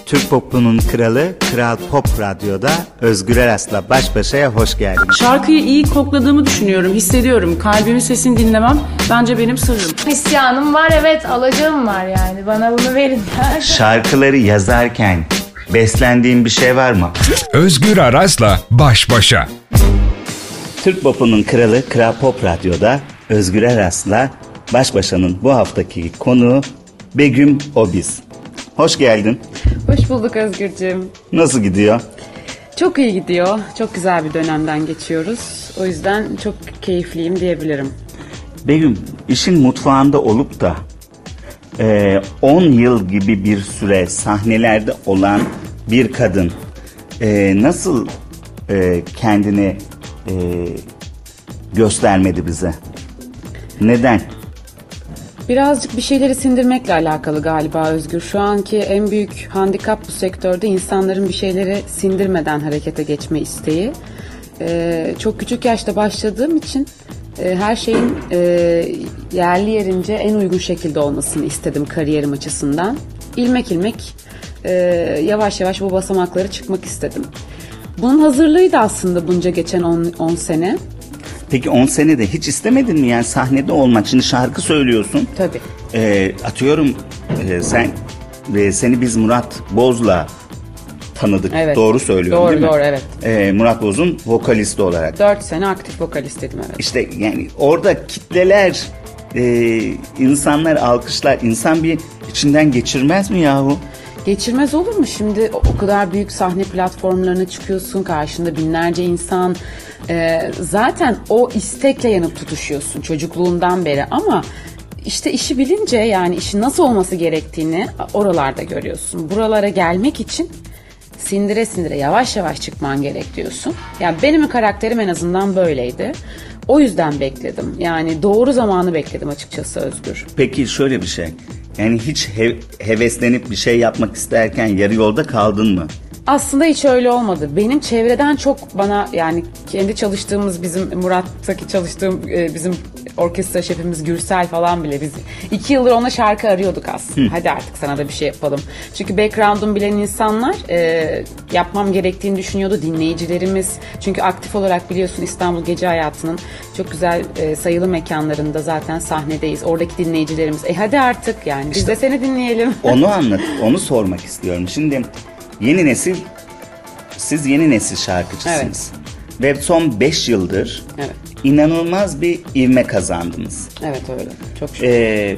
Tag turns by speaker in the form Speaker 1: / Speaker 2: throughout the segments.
Speaker 1: Türk popunun kralı Kral Pop Radyo'da Özgür Eras'la baş başaya hoş geldiniz.
Speaker 2: Şarkıyı iyi kokladığımı düşünüyorum, hissediyorum. Kalbimin sesini dinlemem bence benim sırrım.
Speaker 3: İsyanım var, evet, alacağım var yani. Bana bunu verin.
Speaker 1: Şarkıları yazarken beslendiğin bir şey var mı?
Speaker 4: Özgür Aras'la baş başa.
Speaker 1: Türk popunun kralı Kral Pop Radyo'da Özgür Eras'la baş başanın bu haftaki konuğu Begüm Obiz. Hoş geldin.
Speaker 2: Hoş bulduk Özgürcüğüm.
Speaker 1: Nasıl gidiyor?
Speaker 2: Çok iyi gidiyor. Çok güzel bir dönemden geçiyoruz. O yüzden çok keyifliyim diyebilirim.
Speaker 1: Begüm, işin mutfağında olup da 10 yıl gibi bir süre sahnelerde olan bir kadın nasıl kendini göstermedi bize? Neden?
Speaker 2: Birazcık bir şeyleri sindirmekle alakalı galiba Özgür. Şu anki en büyük handikap bu sektörde insanların bir şeyleri sindirmeden harekete geçme isteği. Çok küçük yaşta başladığım için her şeyin yerli yerince en uygun şekilde olmasını istedim kariyerim açısından. İlmek ilmek yavaş yavaş bu basamakları çıkmak istedim. Bunun hazırlığıydı aslında bunca geçen 10 sene.
Speaker 1: Peki 10 senede hiç istemedin mi yani sahnede olmak? Şimdi şarkı söylüyorsun.
Speaker 2: Tabii.
Speaker 1: Atıyorum seni biz Murat Boz'la tanıdık.
Speaker 2: Evet.
Speaker 1: Doğru söylüyorum değil mi?
Speaker 2: Doğru evet.
Speaker 1: Murat Boz'un vokalisti olarak.
Speaker 2: 4 sene aktif vokalistiydim evet.
Speaker 1: İşte yani orada kitleler, insanlar alkışlar, insan bir içinden geçirmez mi yahu?
Speaker 2: Geçirmez olur mu? Şimdi o kadar büyük sahne platformlarına çıkıyorsun, karşında binlerce insan. Zaten o istekle yanıp tutuşuyorsun çocukluğundan beri ama işte işi bilince yani işin nasıl olması gerektiğini oralarda görüyorsun. Buralara gelmek için sindire sindire yavaş yavaş çıkman gerek diyorsun. Yani benim karakterim en azından böyleydi. O yüzden bekledim. Yani doğru zamanı bekledim açıkçası Özgür.
Speaker 1: Peki şöyle bir şey. Yani hiç heveslenip bir şey yapmak isterken yarı yolda kaldın mı?
Speaker 2: Aslında hiç öyle olmadı. Benim çevreden çok bana yani kendi çalıştığımız bizim Murat'taki çalıştığım bizim orkestra şefimiz Gürsel falan bile biz 2 yıldır ona şarkı arıyorduk aslında. Hadi artık sana da bir şey yapalım. Çünkü background'um bilen insanlar yapmam gerektiğini düşünüyordu dinleyicilerimiz. Çünkü aktif olarak biliyorsun İstanbul gece hayatının çok güzel sayılı mekanlarında zaten sahnedeyiz. Oradaki dinleyicilerimiz hadi artık yani biz de seni dinleyelim.
Speaker 1: Onu sormak istiyorum. Şimdi siz yeni nesil şarkıcısınız. Evet. Ve son 5 yıldır inanılmaz bir ivme kazandınız.
Speaker 2: Evet öyle. Çok şükür.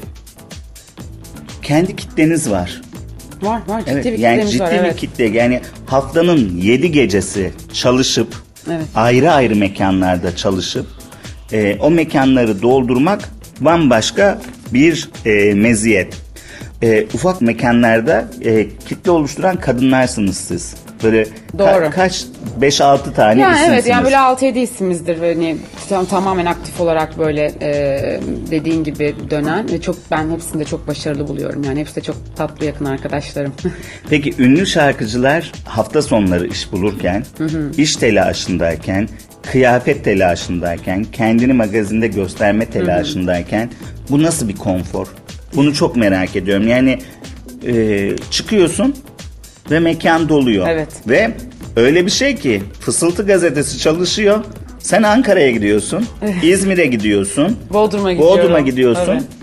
Speaker 1: Kendi kitleniz var.
Speaker 2: Var ciddi
Speaker 1: evet,
Speaker 2: bir
Speaker 1: yani
Speaker 2: kitlemiz var.
Speaker 1: Ciddi bir kitle. Yani haftanın 7 gecesi çalışıp ayrı ayrı mekanlarda çalışıp o mekanları doldurmak bambaşka bir meziyet. Ufak mekanlarda kitle oluşturan kadınlarsınız siz. Böyle
Speaker 2: doğru.
Speaker 1: Kaç 5-6 tane isimsiniz.
Speaker 2: Evet yani böyle 6-7 isimizdir. Hani tamamen aktif olarak böyle dediğin gibi dönen ve ben hepsini de çok başarılı buluyorum. Yani hepsi de çok tatlı yakın arkadaşlarım.
Speaker 1: Peki ünlü şarkıcılar hafta sonları iş bulurken, iş telaşındayken, kıyafet telaşındayken, kendini magazinde gösterme telaşındayken bu nasıl bir konfor? Bunu çok merak ediyorum. Yani çıkıyorsun ve mekan doluyor.
Speaker 2: Evet.
Speaker 1: Ve öyle bir şey ki Fısıltı gazetesi çalışıyor. Sen Ankara'ya gidiyorsun. İzmir'e gidiyorsun.
Speaker 2: Bodrum'a
Speaker 1: gidiyorsun.
Speaker 2: Evet.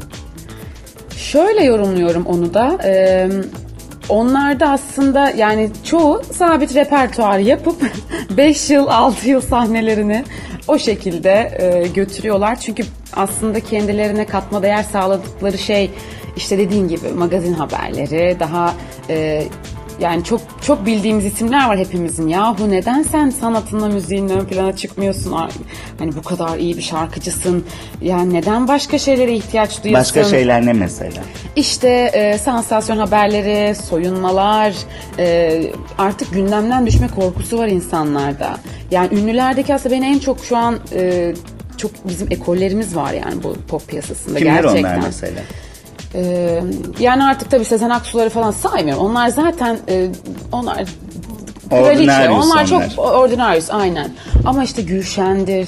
Speaker 2: Şöyle yorumluyorum onu da. Onlarda aslında yani çoğu sabit repertuar yapıp 5 yıl 6 yıl sahnelerini o şekilde götürüyorlar. Çünkü aslında kendilerine katma değer sağladıkları şey işte dediğin gibi magazin haberleri daha yani çok bildiğimiz isimler var hepimizin. Yahu neden sen sanatınla müziğinle ön plana çıkmıyorsun? Hani bu kadar iyi bir şarkıcısın. Yani neden başka şeylere ihtiyaç duyuyorsun?
Speaker 1: Başka şeyler ne mesela?
Speaker 2: İşte sansasyon haberleri, soyunmalar, artık gündemden düşme korkusu var insanlarda. Yani ünlülerdeki aslında beni en çok şu an çok bizim ekollerimiz var yani bu pop piyasasında.
Speaker 1: Kimler
Speaker 2: gerçekten.
Speaker 1: onlar mesela?
Speaker 2: Yani artık tabii Sezen Aksu'ları falan saymıyorum. Onlar zaten onlar kraliçe. Onlar çok ordinarius aynen. Ama işte Gülşen'dir.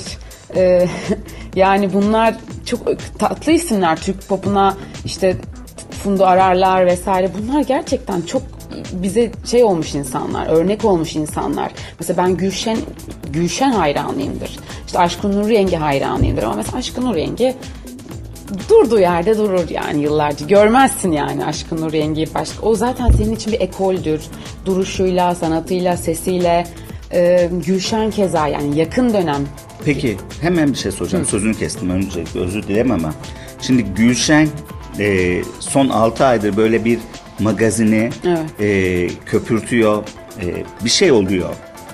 Speaker 2: Yani bunlar çok tatlı isimler Türk popuna işte Funda Ararlar vesaire. Bunlar gerçekten çok bize şey olmuş insanlar, örnek olmuş insanlar. Mesela ben Gülşen hayranıyımdır. İşte Aşkın Nur Yengi hayranıyımdır ama mesela Aşkın Nur Yengi durduğu yerde durur yani yıllarca. Görmezsin yani Aşkın Nur Yengi'yi başka. O zaten senin için bir ekoldür. Duruşuyla, sanatıyla, sesiyle. Gülşen keza yani yakın dönem.
Speaker 1: Peki hemen bir şey soracağım. Sözünü kestim öncelikle, özür dilerim ama. Şimdi Gülşen son 6 aydır böyle bir magazini köpürtüyor. Bir şey oluyor.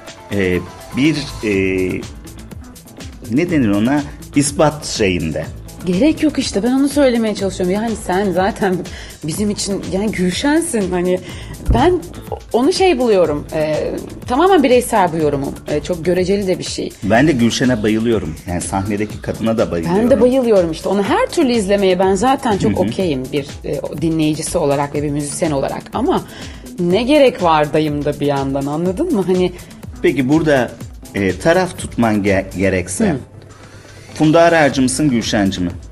Speaker 1: Ne denir ona? İspat şeyinde.
Speaker 2: Gerek yok işte, ben onu söylemeye çalışıyorum. Yani sen zaten bizim için yani Gülşensin. Hani ben onu şey buluyorum. Tamamen bireysel bu yorumum. Çok göreceli de bir şey.
Speaker 1: Ben de Gülşen'e bayılıyorum. Yani sahnedeki kadına da bayılıyorum.
Speaker 2: Ben de bayılıyorum işte. Onu her türlü izlemeye ben zaten çok okeyim bir dinleyicisi olarak ve bir müzisyen olarak. Ama ne gerek var dayımda bir yandan, anladın mı? Hani
Speaker 1: peki burada taraf tutman gerekse Funda Ararcı mısın, Gülşenci mi?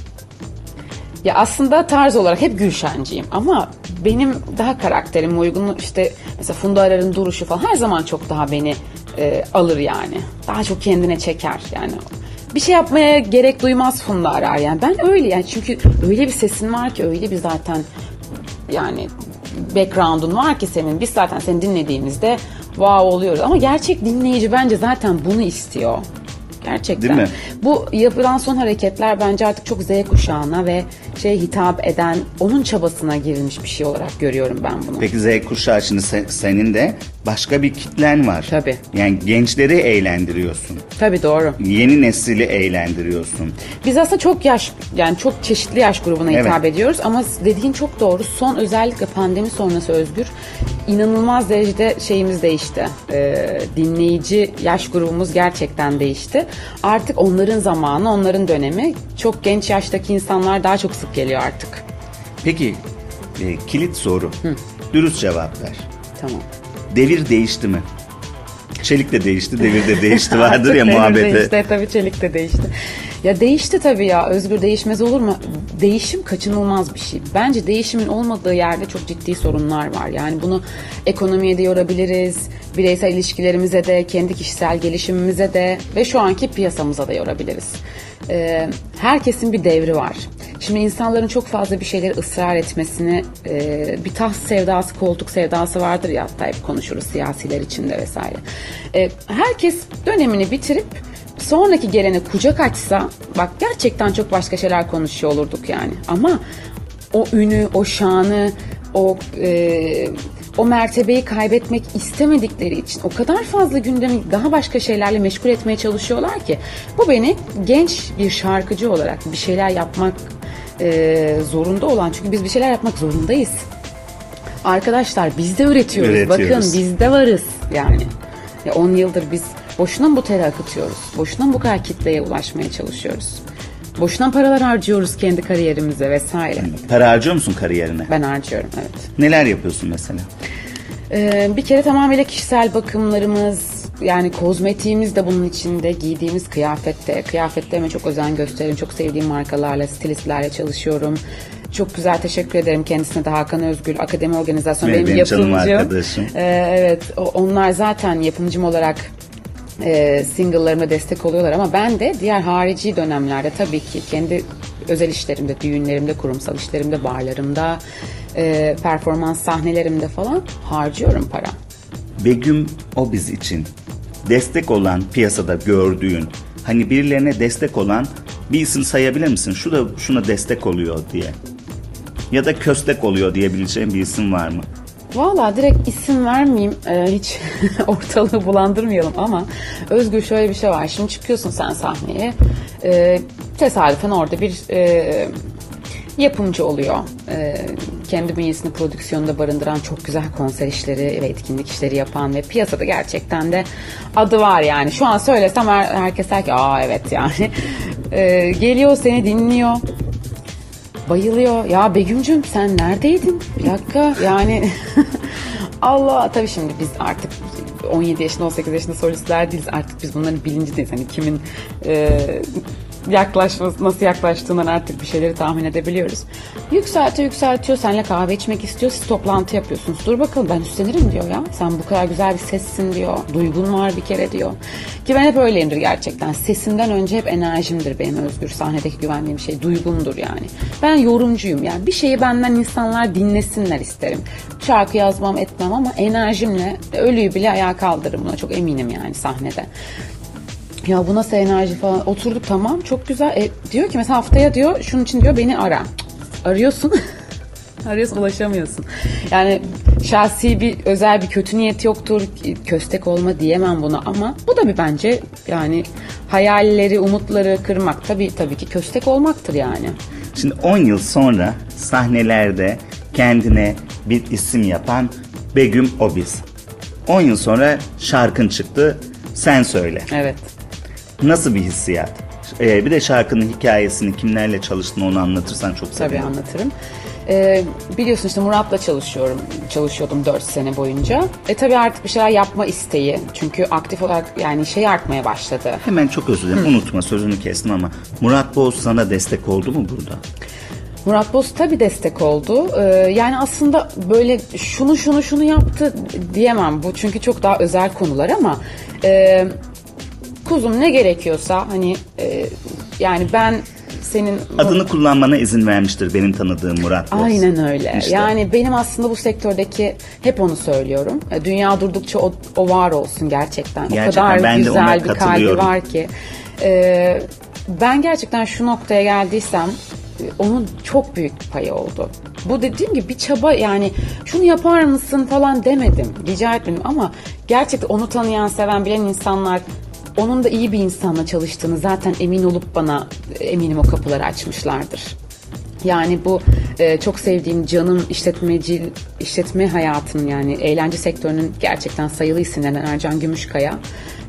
Speaker 2: ya aslında tarz olarak hep Gülşenciyim ama benim daha karakterime uygun, işte mesela Funda Arar'ın duruşu falan her zaman çok daha beni alır yani. Daha çok kendine çeker yani. Bir şey yapmaya gerek duymaz Funda Arar yani. Ben öyle yani, çünkü öyle bir sesin var ki, öyle bir zaten yani background'un var ki senin. Biz zaten seni dinlediğimizde wow oluyoruz ama gerçek dinleyici bence zaten bunu istiyor. Gerçekten.
Speaker 1: Değil mi?
Speaker 2: Bu yapılan son hareketler bence artık çok Z kuşağına ve hitap eden, onun çabasına girilmiş bir şey olarak görüyorum ben bunu.
Speaker 1: Peki Z kuşağı, şimdi senin de başka bir kitlen var.
Speaker 2: Tabii.
Speaker 1: Yani gençleri eğlendiriyorsun.
Speaker 2: Tabii, doğru.
Speaker 1: Yeni nesili eğlendiriyorsun.
Speaker 2: Biz aslında çok çeşitli yaş grubuna hitap ediyoruz ama dediğin çok doğru. Son, özellikle pandemi sonrası Özgür, inanılmaz derecede şeyimiz değişti. Dinleyici yaş grubumuz gerçekten değişti. Artık onların zamanı, onların dönemi. Çok genç yaştaki insanlar daha çok sık geliyor artık.
Speaker 1: Peki kilit soru. Dürüst cevap ver.
Speaker 2: Tamam.
Speaker 1: Devir değişti mi? Çelik de değişti, devir de değişti vardır ya
Speaker 2: Devir
Speaker 1: muhabbeti.
Speaker 2: değişti, tabii Çelik de değişti. Ya değişti tabii ya Özgür, değişmez olur mu? Değişim kaçınılmaz bir şey. Bence değişimin olmadığı yerde çok ciddi sorunlar var. Yani bunu ekonomiye de yorabiliriz, bireysel ilişkilerimize de, kendi kişisel gelişimimize de ve şu anki piyasamıza da yorabiliriz. Herkesin bir devri var. Şimdi insanların çok fazla bir şeyleri ısrar etmesini, bir taht sevdası, koltuk sevdası vardır ya, hatta hep konuşuruz siyasiler içinde vesaire. Herkes dönemini bitirip sonraki gelene kucak açsa, bak gerçekten çok başka şeyler konuşuyor olurduk yani. Ama o ünü, o şanı, o mertebeyi kaybetmek istemedikleri için o kadar fazla gündemi daha başka şeylerle meşgul etmeye çalışıyorlar ki, bu beni genç bir şarkıcı olarak bir şeyler yapmak zorunda olan, çünkü biz bir şeyler yapmak zorundayız. Arkadaşlar biz de üretiyoruz. Bakın biz de varız yani. 10 yıldır biz boşuna mı bu teri akıtıyoruz? Boşuna mı bu kadar kitleye ulaşmaya çalışıyoruz? Boşuna paralar harcıyoruz kendi kariyerimize vesaire.
Speaker 1: Para harcıyor musun kariyerine?
Speaker 2: Ben harcıyorum, evet.
Speaker 1: Neler yapıyorsun mesela?
Speaker 2: Bir kere tamamıyla kişisel bakımlarımız, yani kozmetiğimiz de bunun içinde, giydiğimiz kıyafetlerime çok özen gösteririm. Çok sevdiğim markalarla, stilistlerle çalışıyorum. Çok güzel, teşekkür ederim kendisine de, Hakan Özgül, Akademi Organizasyon benim
Speaker 1: canım
Speaker 2: yapımcım.
Speaker 1: arkadaşım.
Speaker 2: Evet, onlar zaten yapımcım olarak single'larıma destek oluyorlar ama ben de diğer harici dönemlerde tabii ki kendi özel işlerimde, düğünlerimde, kurumsal işlerimde, barlarımda, performans sahnelerimde falan harcıyorum para.
Speaker 1: Begüm Obiz için destek olan, piyasada gördüğün, hani birilerine destek olan bir isim sayabilir misin? Şu da şuna destek oluyor diye. Ya da köstek oluyor diyebileceğin bir isim var mı?
Speaker 2: Valla direkt isim vermeyeyim, hiç ortalığı bulandırmayalım ama Özgür, şöyle bir şey var. Şimdi çıkıyorsun sen sahneye, tesadüfen orada bir yapımcı oluyor. Kendi bünyesinde prodüksiyonda barındıran çok güzel konser işleri ve etkinlik işleri yapan ve piyasada gerçekten de adı var yani. Şu an söylesem herkes der ki aa evet yani. Geliyor, seni dinliyor. Bayılıyor. Ya Begüm'cüm sen neredeydin? Bir dakika yani Allah, tabii şimdi biz artık 17 yaşında 18 yaşında solistler değiliz. Artık biz bunların bilincindeyiz. Hani kimin nasıl yaklaştığından artık bir şeyleri tahmin edebiliyoruz. Yükseltiyor. Seninle kahve içmek istiyor. Siz toplantı yapıyorsunuz. Dur bakalım, ben üstlenirim diyor ya. Sen bu kadar güzel bir sessin diyor. Duygun var bir kere diyor. Ki ben hep öyleyimdir gerçekten. Sesimden önce hep enerjimdir benim Özgür. Sahnedeki güvendiğim şey duygumdur yani. Ben yorumcuyum yani. Bir şeyi benden insanlar dinlesinler isterim. Şarkı yazmam etmem ama enerjimle ölüyü bile ayağa kaldırırım. Buna çok eminim yani sahnede. Ya bu nasıl enerji falan. Oturduk, tamam çok güzel. Diyor ki mesela haftaya diyor şunun için diyor beni ara. Arıyorsun. Arıyorsun, ulaşamıyorsun. Yani şahsi bir özel bir kötü niyet yoktur. Köstek olma diyemem buna ama bu da bir bence yani hayalleri, umutları kırmak tabii ki köstek olmaktır yani.
Speaker 1: Şimdi 10 yıl sonra sahnelerde kendine bir isim yapan Begüm Obiz. 10 yıl sonra şarkın çıktı, Sen Söyle.
Speaker 2: Evet.
Speaker 1: Nasıl bir hissiyat? Bir de şarkının hikayesini, kimlerle çalıştığını onu anlatırsan çok sevinirim.
Speaker 2: Tabii anlatırım. Biliyorsun işte Murat'la çalışıyordum 4 sene boyunca. Tabii artık bir şeyler yapma isteği. Çünkü aktif olarak yani şey artmaya başladı.
Speaker 1: Hemen çok özür dilerim, unutma, sözünü kestim ama Murat Boz sana destek oldu mu burada?
Speaker 2: Murat Boz tabii destek oldu. Yani aslında böyle şunu yaptı diyemem bu. Çünkü çok daha özel konular ama kuzum ne gerekiyorsa hani yani ben senin
Speaker 1: adını kullanmana izin vermiştir benim tanıdığım Murat Boz.
Speaker 2: Aynen öyle.
Speaker 1: İşte.
Speaker 2: Yani benim aslında bu sektördeki hep onu söylüyorum. Dünya durdukça o var olsun gerçekten. O kadar
Speaker 1: ben
Speaker 2: güzel bir kalbi var ki. Ben gerçekten şu noktaya geldiysem onun çok büyük payı oldu. Bu dediğim gibi bir çaba yani şunu yapar mısın falan demedim. Rica etmedim ama gerçekten onu tanıyan, seven, bilen insanlar onun da iyi bir insanla çalıştığını zaten emin olup bana eminim o kapıları açmışlardır. Yani bu çok sevdiğim canım işletme hayatının yani eğlence sektörünün gerçekten sayılı isimlerinden Ercan Gümüşkaya.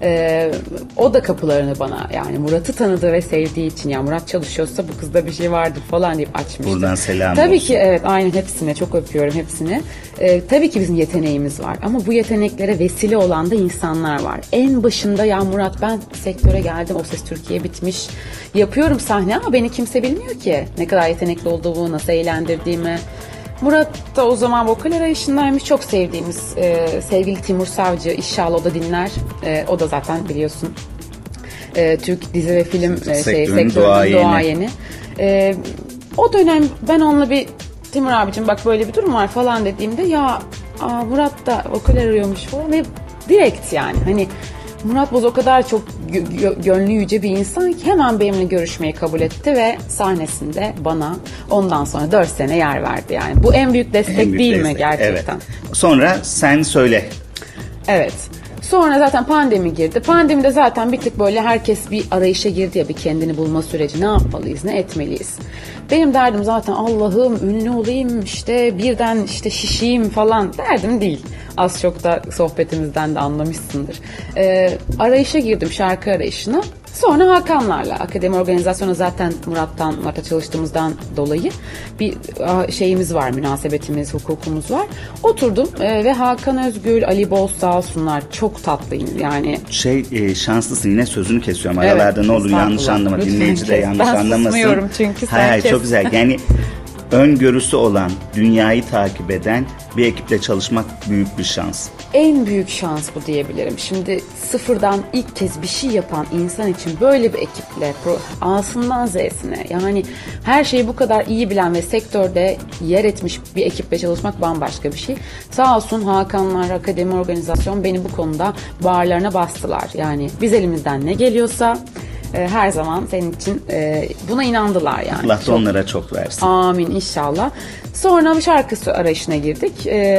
Speaker 2: O da kapılarını bana yani Murat'ı tanıdığı ve sevdiği için ya Murat çalışıyorsa bu kızda bir şey vardır falan deyip açmıştı.
Speaker 1: Buradan selam
Speaker 2: tabii
Speaker 1: olsun.
Speaker 2: Ki evet, aynen hepsine çok öpüyorum hepsini. Tabii ki bizim yeteneğimiz var ama bu yeteneklere vesile olan da insanlar var. En başında ya Murat ben sektöre geldim, O Ses Türkiye bitmiş, yapıyorum sahne ama beni kimse bilmiyor ki ne kadar yetenekli olduğumu, nasıl eğlendirdiğimi. Murat da o zaman vokal arayışındaymış. Çok sevdiğimiz sevgili Timur Savcı, inşallah o da dinler. O da zaten biliyorsun Türk dizi ve film sektörünün duayeni. O dönem ben onunla bir Timur abicim bak böyle bir durum var falan dediğimde ya Murat da vokal arıyormuş falan ve direkt yani hani Murat Boz o kadar çok gönlü yüce bir insan ki hemen benimle görüşmeyi kabul etti ve sahnesinde bana ondan sonra 4 sene yer verdi yani. Bu en büyük destek değil mi gerçekten?
Speaker 1: Evet. Sonra Sen Söyle.
Speaker 2: Evet. Sonra zaten pandemi girdi. Pandemide zaten bir tık böyle herkes bir arayışa girdi ya, bir kendini bulma süreci. Ne yapmalıyız, ne etmeliyiz? Benim derdim zaten Allah'ım ünlü olayım işte birden işte şişeyim falan derdim değil. Az çok da sohbetimizden de anlamışsındır. Arayışa girdim, şarkı arayışına. Sonra Hakanlarla akademi organizasyonu zaten Murat'la çalıştığımızdan dolayı bir şeyimiz var, münasebetimiz, hukukumuz var. Oturdum ve Hakan Özgül, Ali Boz sağ olsunlar, çok tatlıyım yani.
Speaker 1: Şanslısın, yine sözünü kesiyorum. Aralarda evet, ne olur yanlış anlama, dinleyici de yanlış anlamasın. Ben
Speaker 2: susmuyorum çünkü sen
Speaker 1: Hayır, çok güzel yani. Öngörüsü olan, dünyayı takip eden bir ekiple çalışmak büyük bir şans.
Speaker 2: En büyük şans bu diyebilirim. Şimdi sıfırdan ilk kez bir şey yapan insan için böyle bir ekiple A'sından Z'sine yani her şeyi bu kadar iyi bilen ve sektörde yer etmiş bir ekiple çalışmak bambaşka bir şey. Sağ olsun Hakanlar, akademi organizasyon beni bu konuda bağırlarına bastılar. Yani biz elimizden ne geliyorsa her zaman senin için buna inandılar yani.
Speaker 1: Allah da onlara çok versin.
Speaker 2: Amin inşallah. Sonra bir şarkısı arayışına girdik.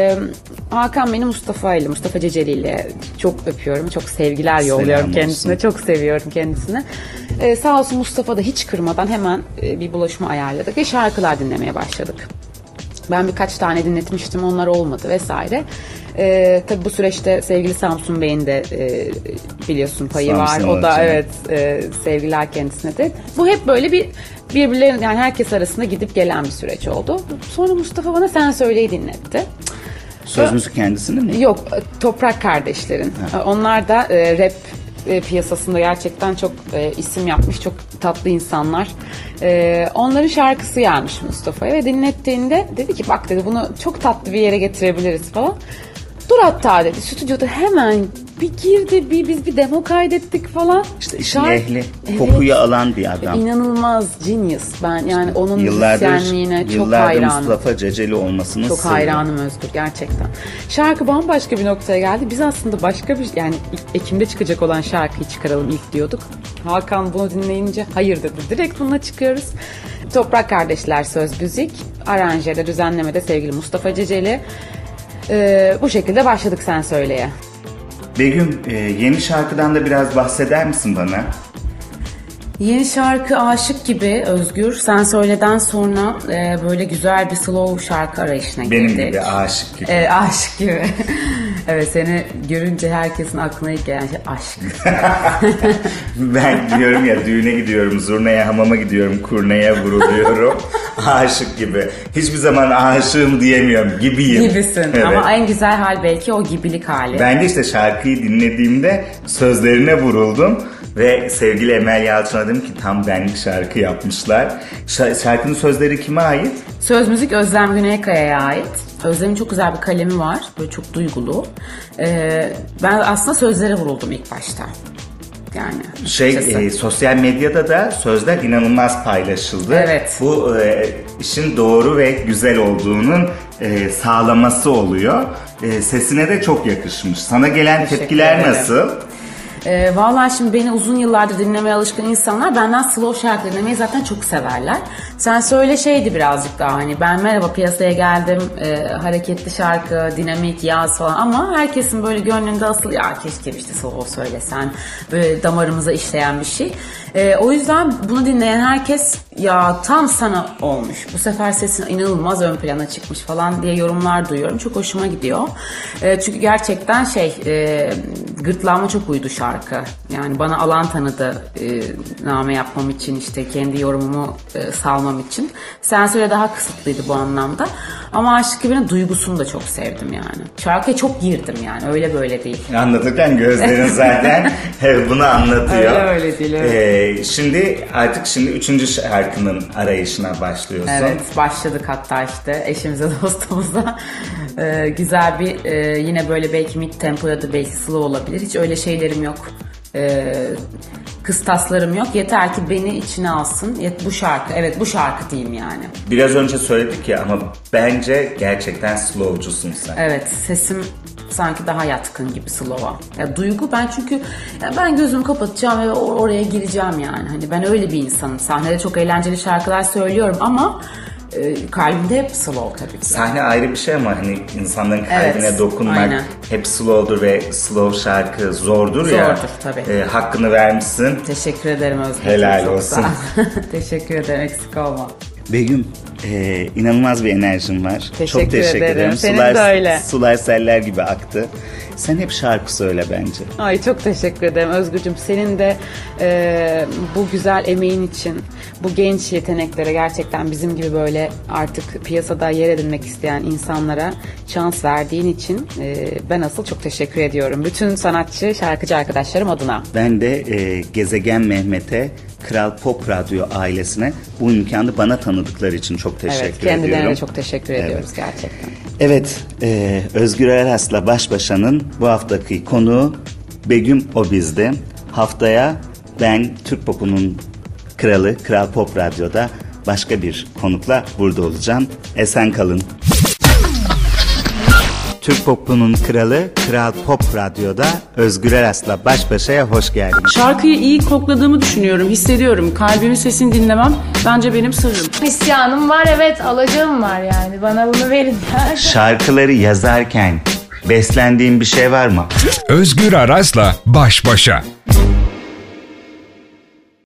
Speaker 2: Hakan beni Mustafa Ceceli ile çok öpüyorum. Çok sevgiler yolluyorum kendisine. Olsun. Çok seviyorum kendisini. Sağ olsun Mustafa da hiç kırmadan hemen bir buluşma ayarladık ve şarkılar dinlemeye başladık. Ben birkaç tane dinletmiştim, onlar olmadı vesaire. Tabii bu süreçte sevgili Samsun Bey'in de biliyorsun payı Samsun var. O da evet sevgiler kendisine de. Bu hep böyle birbirlerinin yani herkes arasında gidip gelen bir süreç oldu. Sonra Mustafa bana Sen Söyle'yi dinletti.
Speaker 1: Söz müzik kendisinin mi?
Speaker 2: Yok, Toprak Kardeşlerin. Ha. Onlar da rap piyasasında gerçekten çok isim yapmış, çok tatlı insanlar. Onların şarkısı gelmiş Mustafa'ya ve dinlettiğinde dedi ki bak dedi bunu çok tatlı bir yere getirebiliriz falan. Dur hatta dedi stüdyoda hemen bir girdi, biz bir demo kaydettik falan.
Speaker 1: İşte işin ehli, kokuyu alan bir adam.
Speaker 2: İnanılmaz genius. Ben yani onun
Speaker 1: Yıllardır
Speaker 2: müzisyenliğine çok hayranım.
Speaker 1: Mustafa Ceceli olmasının
Speaker 2: çok
Speaker 1: sırrı.
Speaker 2: hayranım Özgür gerçekten. Şarkı bambaşka bir noktaya geldi. Biz aslında başka bir yani Ekim'de çıkacak olan şarkıyı çıkaralım ilk diyorduk. Hakan bunu dinleyince hayır dedi. Direkt bununla çıkıyoruz. Toprak Kardeşler söz müzik, aranjede, düzenlemede sevgili Mustafa Ceceli. Bu şekilde başladık Sen Söyle'ye.
Speaker 1: Begüm, yeni şarkıdan da biraz bahseder misin bana?
Speaker 2: Yeni şarkı Aşık gibi Özgür. Sen Söyle'den sonra böyle güzel bir slow şarkı arayışına girdik.
Speaker 1: Benim gibi Aşık gibi.
Speaker 2: Aşık gibi. Evet, seni görünce herkesin aklına ilk gelen şey aşk.
Speaker 1: Ben diyorum ya, düğüne gidiyorum, zurnaya, hamama gidiyorum, kurnaya vuruluyorum. Aşık gibi. Hiçbir zaman aşığım diyemiyorum. Gibiyim.
Speaker 2: Gibisin.
Speaker 1: Evet.
Speaker 2: Ama en güzel hal belki o gibilik hali.
Speaker 1: Ben de işte şarkıyı dinlediğimde sözlerine vuruldum. Ve sevgili Emel Yalçın'a dedim ki tam benlik şarkı yapmışlar. Şarkının sözleri kime ait?
Speaker 2: Söz müzik Özlem Güneykaya'ya ait. Özlem'in çok güzel bir kalemi var. Böyle çok duygulu. Ben aslında sözlere vuruldum ilk başta. Yani
Speaker 1: sosyal medyada da sözler inanılmaz paylaşıldı.
Speaker 2: Evet.
Speaker 1: Bu işin doğru ve güzel olduğunun sağlaması oluyor. Sesine de çok yakışmış. Sana gelen tepkiler nasıl?
Speaker 2: Vallahi şimdi beni uzun yıllardır dinlemeye alışkın insanlar benden slow şarkı dinlemeyi zaten çok severler. Sen Söyle şeydi birazcık daha hani ben merhaba piyasaya geldim, hareketli şarkı, dinamik, yaz falan ama herkesin böyle gönlünde asıl ya keşke işte slow söylesen, böyle damarımıza işleyen bir şey. O yüzden bunu dinleyen herkes ya tam sana olmuş, bu sefer sesin inanılmaz ön plana çıkmış falan diye yorumlar duyuyorum. Çok hoşuma gidiyor. Çünkü gerçekten gırtlağıma çok uydu şarkı. Yani bana alan tanıdı name yapmam için, işte kendi yorumumu salmam için. Sen Söyle daha kısıtlıydı bu anlamda. Ama Aşık Gibi'nin duygusunu da çok sevdim yani. Şarkıya çok girdim yani, öyle böyle değil.
Speaker 1: Anlatırken gözlerin zaten bunu anlatıyor.
Speaker 2: Öyle değil. Evet.
Speaker 1: Şimdi 3. şarkının arayışına başlıyorsun.
Speaker 2: Evet, başladık hatta işte eşimize dostumuza. Güzel bir yine böyle belki mid tempo ya da belki slow olabilir. Hiç öyle şeylerim yok. Kıstaslarım yok. Yeter ki beni içine alsın. Bu şarkı. Evet, bu şarkı diyeyim yani.
Speaker 1: Biraz önce söyledik ya ama bence gerçekten slowcusun sen.
Speaker 2: Evet, sesim sanki daha yatkın gibi slow'a. Ya duygu ben çünkü ben gözümü kapatacağım ve oraya gireceğim yani. Hani ben öyle bir insanım. Sahnede çok eğlenceli şarkılar söylüyorum ama kalbimde hep slow tabii ki.
Speaker 1: Sahne ayrı bir şey ama hani insanların kalbine dokunmak aynen. Hep slow'dur ve slow şarkı zordur ya.
Speaker 2: Zordur tabii.
Speaker 1: Hakkını vermişsin.
Speaker 2: Teşekkür ederim Özgür.
Speaker 1: Helal olsun.
Speaker 2: Teşekkür ederim, eksik olma.
Speaker 1: Begüm, inanılmaz bir enerjin var. Çok teşekkür ederim.
Speaker 2: Senin de öyle.
Speaker 1: Sular seller gibi aktı. Sen hep şarkı söyle bence.
Speaker 2: Ay çok teşekkür ederim Özgürcüğüm. Senin de bu güzel emeğin için, bu genç yeteneklere gerçekten bizim gibi böyle artık piyasada yer edinmek isteyen insanlara şans verdiğin için ben asıl çok teşekkür ediyorum. Bütün sanatçı, şarkıcı arkadaşlarım adına.
Speaker 1: Ben de Gezegen Mehmet'e, Kral Pop Radyo ailesine bu imkanı bana tanıdıkları için çok teşekkür ediyorum.
Speaker 2: Kendilerine çok teşekkür ediyoruz gerçekten.
Speaker 1: Evet, Özgür Aras'la Baş Başa'nın bu haftaki konuğu Begüm Obiz'di. Haftaya ben Türk Pop'unun kralı, Kral Pop Radyo'da başka bir konukla burada olacağım. Esen kalın. Türk Pop'unun kralı, Kral Pop Radyo'da Özgür Aras'la Baş Başa'ya hoş geldiniz.
Speaker 5: Şarkıyı iyi kokladığımı düşünüyorum, hissediyorum. Kalbimin sesini dinlemem bence benim sırrım.
Speaker 3: İsyanım var, evet, alacağım var yani. Bana bunu verin.
Speaker 1: Şarkıları yazarken beslendiğin bir şey var mı?
Speaker 4: Özgür Aras'la Baş Başa.